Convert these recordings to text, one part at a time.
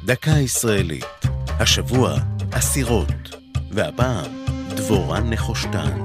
דקה ישראלית. השבוע אסירות, והפעם דבורה נחושתן.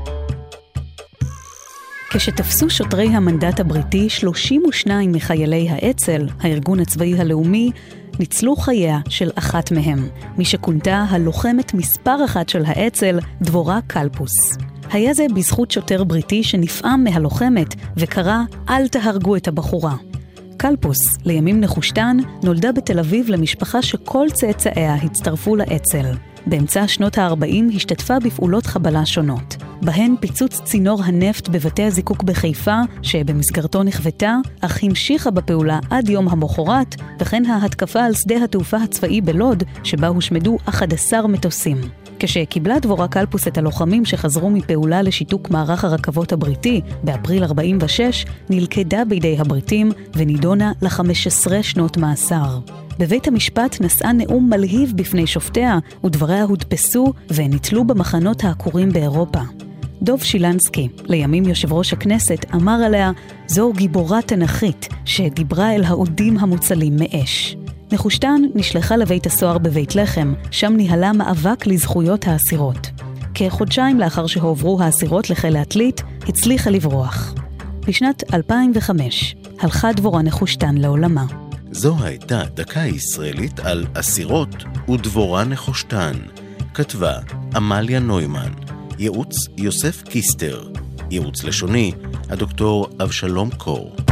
כשתפסו שוטרי המנדט הבריטי 32 מחיילי האצ"ל, הארגון הצבאי הלאומי, ניצלו חייה של אחת מהם, מי שכונתה הלוחמת מספר אחת של האצ"ל, דבורה קלפוס. היה זה בזכות שוטר בריטי שנפעם מהלוחמת וקרא אל תהרגו את הבחורה. קלפוס, לימים נחושתן, נולדה בתל אביב למשפחה שכל צאצאיה הצטרפו לאצ"ל. באמצע שנות ה-40 השתתפה בפעולות חבלה שונות, בהן פיצוץ צינור הנפט בבתי הזיקוק בחיפה, שבמסגרתו נכוותה, אך המשיכה בפעולה עד יום המחרת, וכן ההתקפה על שדה התעופה הצבאי בלוד, שבה הושמדו 11 מטוסים. כשקיבלה דבורה קלפוס את הלוחמים שחזרו מפעולה לשיתוק מערך הרכבות הבריטי, באפריל 46, נלכדה בידי הבריטים ונידונה ל-15 שנות מאסר. בבית המשפט נשאה נאום מלהיב בפני שופטיה, ודבריה הודפסו ונתלו במחנות העקורים באירופה. דוב שילנסקי, לימים יושב ראש הכנסת, אמר עליה, זו גיבורה תנכית שדיברה אל האודים המוצלים מאש. נחושתן נשלחה לבית הסוהר בבית לחם, שם ניהלה מאבק לזכויות האסירות. כחודשיים לאחר שהועברו האסירות לחיל העתלית, הצליחה לברוח. בשנת 2005 הלכה דבורה נחושתן לעולמה. זו הייתה דקה ישראלית על אסירות ודבורה נחושתן. כתבה אמליה נוימן. ייעוץ יוסף קיסטר. ייעוץ לשוני הדוקטור אבשלום קור.